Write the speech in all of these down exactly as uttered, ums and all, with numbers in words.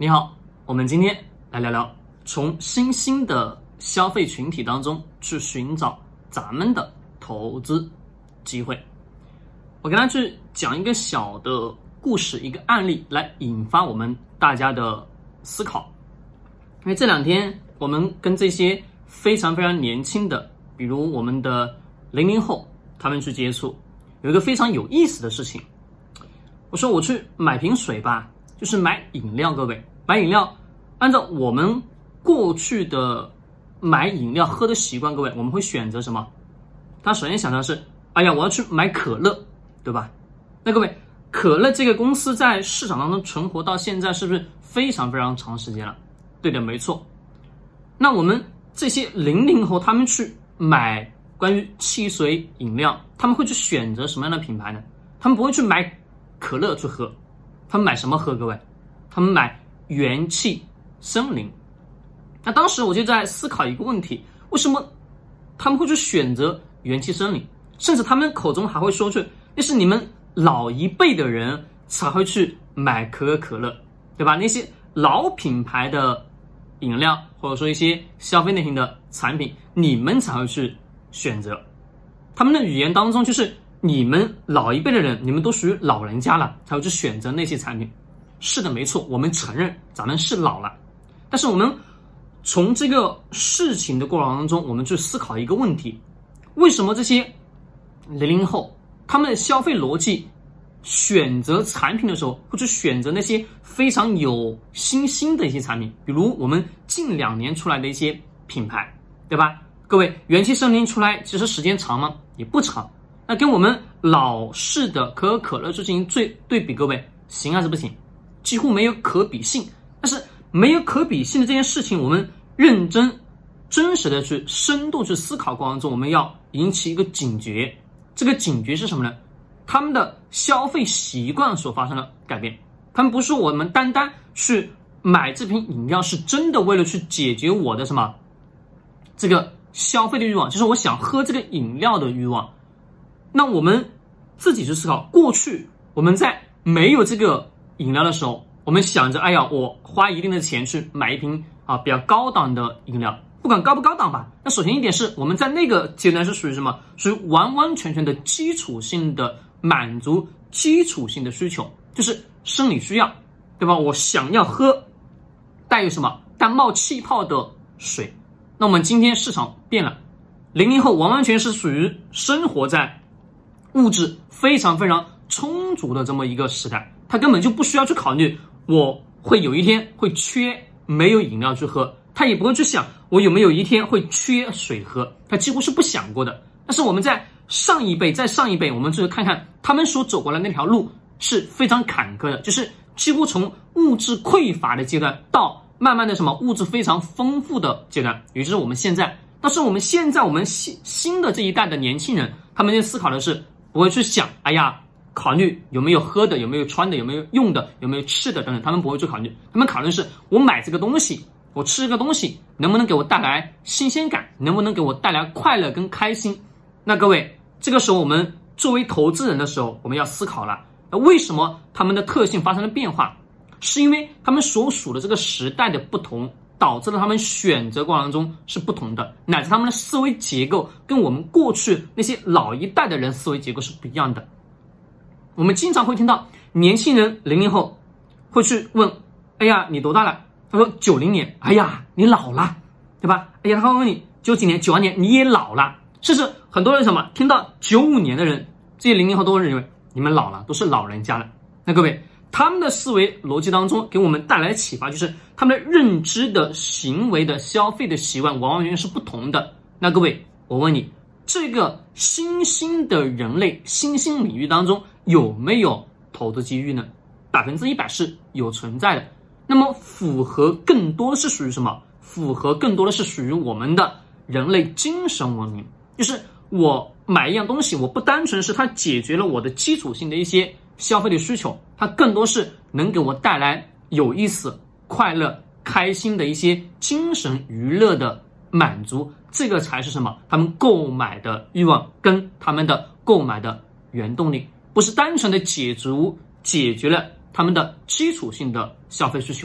你好，我们今天来聊聊从新兴的消费群体当中去寻找咱们的投资机会。我跟大家去讲一个小的故事，一个案例来引发我们大家的思考。因为这两天我们跟这些非常非常年轻的，比如我们的零零后，他们去接触，有一个非常有意思的事情。我说我去买瓶水吧，就是买饮料，各位买饮料，按照我们过去的买饮料喝的习惯，各位我们会选择什么？他首先想到是，哎呀，我要去买可乐，对吧？那各位，可乐这个公司在市场当中存活到现在，是不是非常非常长时间了？对的，没错。那我们这些零零后，他们去买关于汽水饮料，他们会去选择什么样的品牌呢？他们不会去买可乐去喝，他们买什么喝？各位，他们买元气森林。那当时我就在思考一个问题，为什么他们会去选择元气森林？甚至他们口中还会说出，那是你们老一辈的人才会去买可口可乐，对吧？那些老品牌的饮料，或者说一些消费类型的产品，你们才会去选择。他们的语言当中就是你们老一辈的人，你们都属于老人家了，才会去选择那些产品。是的，没错，我们承认咱们是老了，但是我们从这个事情的过程当中，我们去思考一个问题：为什么这些零零后他们的消费逻辑选择产品的时候，会去选择那些非常有新兴的一些产品，比如我们近两年出来的一些品牌，对吧？各位，元气森林出来其实时间长吗？也不长。那跟我们老式的可口可乐去进行对对比，各位行还是不行？几乎没有可比性。但是没有可比性的这件事情，我们认真真实的去深度去思考过程中，我们要引起一个警觉。这个警觉是什么呢？他们的消费习惯所发生的改变。他们不是我们单单去买这瓶饮料是真的为了去解决我的什么这个消费的欲望，就是我想喝这个饮料的欲望。那我们自己去思考，过去我们在没有这个饮料的时候，我们想着，哎呀，我花一定的钱去买一瓶啊比较高档的饮料，不管高不高档吧。那首先一点是，我们在那个阶段是属于什么？属于完完全全的基础性的满足基础性的需求，就是生理需要，对吧？我想要喝带有什么带冒气泡的水。那我们今天市场变了，零零后完完全是属于生活在物质非常非常充足的这么一个时代，他根本就不需要去考虑我会有一天会缺没有饮料去喝，他也不会去想我有没有一天会缺水喝，他几乎是不想过的。但是我们在上一辈再上一辈，我们去看看他们所走过来那条路是非常坎坷的，就是几乎从物质匮乏的阶段到慢慢的什么物质非常丰富的阶段，也就是我们现在。但是我们现在我们新新的这一代的年轻人，他们就思考的是不会去想，哎呀，考虑有没有喝的，有没有穿的，有没有用的，有没有吃的等等，他们不会去考虑。他们考虑的是，我买这个东西，我吃这个东西能不能给我带来新鲜感，能不能给我带来快乐跟开心。那各位，这个时候我们作为投资人的时候，我们要思考了，那为什么他们的特性发生了变化？是因为他们所属的这个时代的不同，导致了他们选择过程中是不同的，乃至他们的思维结构跟我们过去那些老一代的人思维结构是不一样的。我们经常会听到年轻人零零后会去问，哎呀，你多大了？他说九零年，哎呀，你老了，对吧？哎呀，他会问你九几年、九二年，你也老了。甚至很多人什么听到九五年的人，这些零零后都会认为你们老了，都是老人家了。那各位，他们的思维逻辑当中给我们带来的启发，就是他们的认知的行为的消费的习惯完完全全是不同的。那各位，我问你，这个新兴的人类新兴领域当中有没有投资机遇呢？百分之一百是有存在的。那么符合更多的是属于什么？符合更多的是属于我们的人类精神文明，就是我买一样东西，我不单纯是它解决了我的基础性的一些消费的需求，它更多是能给我带来有意思、快乐、开心的一些精神娱乐的满足，这个才是什么？他们购买的欲望跟他们的购买的原动力，不是单纯的解除解决了他们的基础性的消费需求，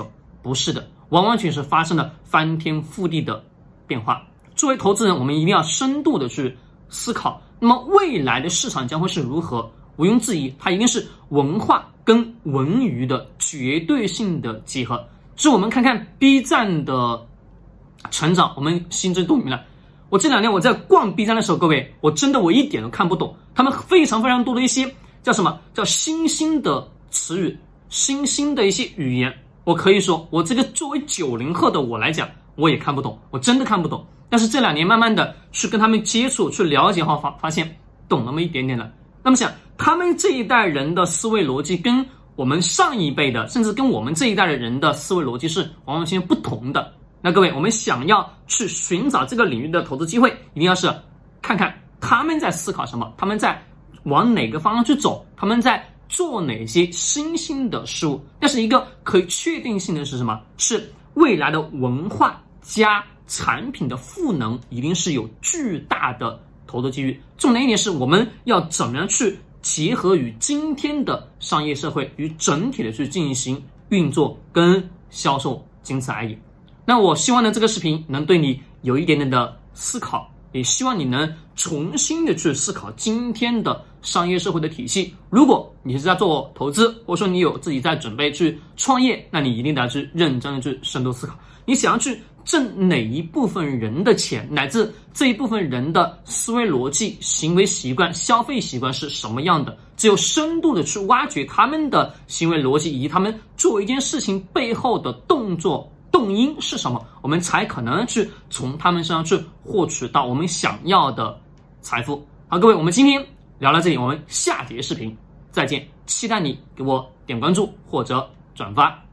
不是的，完完全是发生了翻天覆地的变化。作为投资人，我们一定要深度的去思考，那么未来的市场将会是如何？毋庸置疑，它一定是文化跟文娱的绝对性的结合。所以我们看看 B 站的成长，我们心知肚明了。我这两天我在逛 B 站的时候，各位，我真的我一点都看不懂，他们非常非常多的一些叫什么叫新兴的词语，新兴的一些语言，我可以说我这个作为九零后的我来讲，我也看不懂，我真的看不懂。但是这两年慢慢的去跟他们接触，去了解后发发现懂那么一点点了。那么想他们这一代人的思维逻辑跟我们上一辈的，甚至跟我们这一代的人的思维逻辑是完完全全不同的。那各位，我们想要去寻找这个领域的投资机会，一定要是看看他们在思考什么，他们在往哪个方向去走，他们在做哪些新兴的事物。但是一个可以确定性的是什么？是未来的文化加产品的赋能一定是有巨大的投资机遇。重点一点是我们要怎么样去结合于今天的商业社会与整体的去进行运作跟销售，仅此而已。那我希望呢，这个视频能对你有一点点的思考，也希望你能重新的去思考今天的商业社会的体系。如果你是在做投资，或者说你有自己在准备去创业，那你一定得要去认真的去深度思考，你想要去挣哪一部分人的钱，乃至这一部分人的思维逻辑、行为习惯、消费习惯是什么样的。只有深度的去挖掘他们的行为逻辑，以及他们做一件事情背后的动作动因是什么，我们才可能去从他们身上去获取到我们想要的财富。好，各位，我们今天聊到这里，我们下节视频再见，期待你给我点关注或者转发。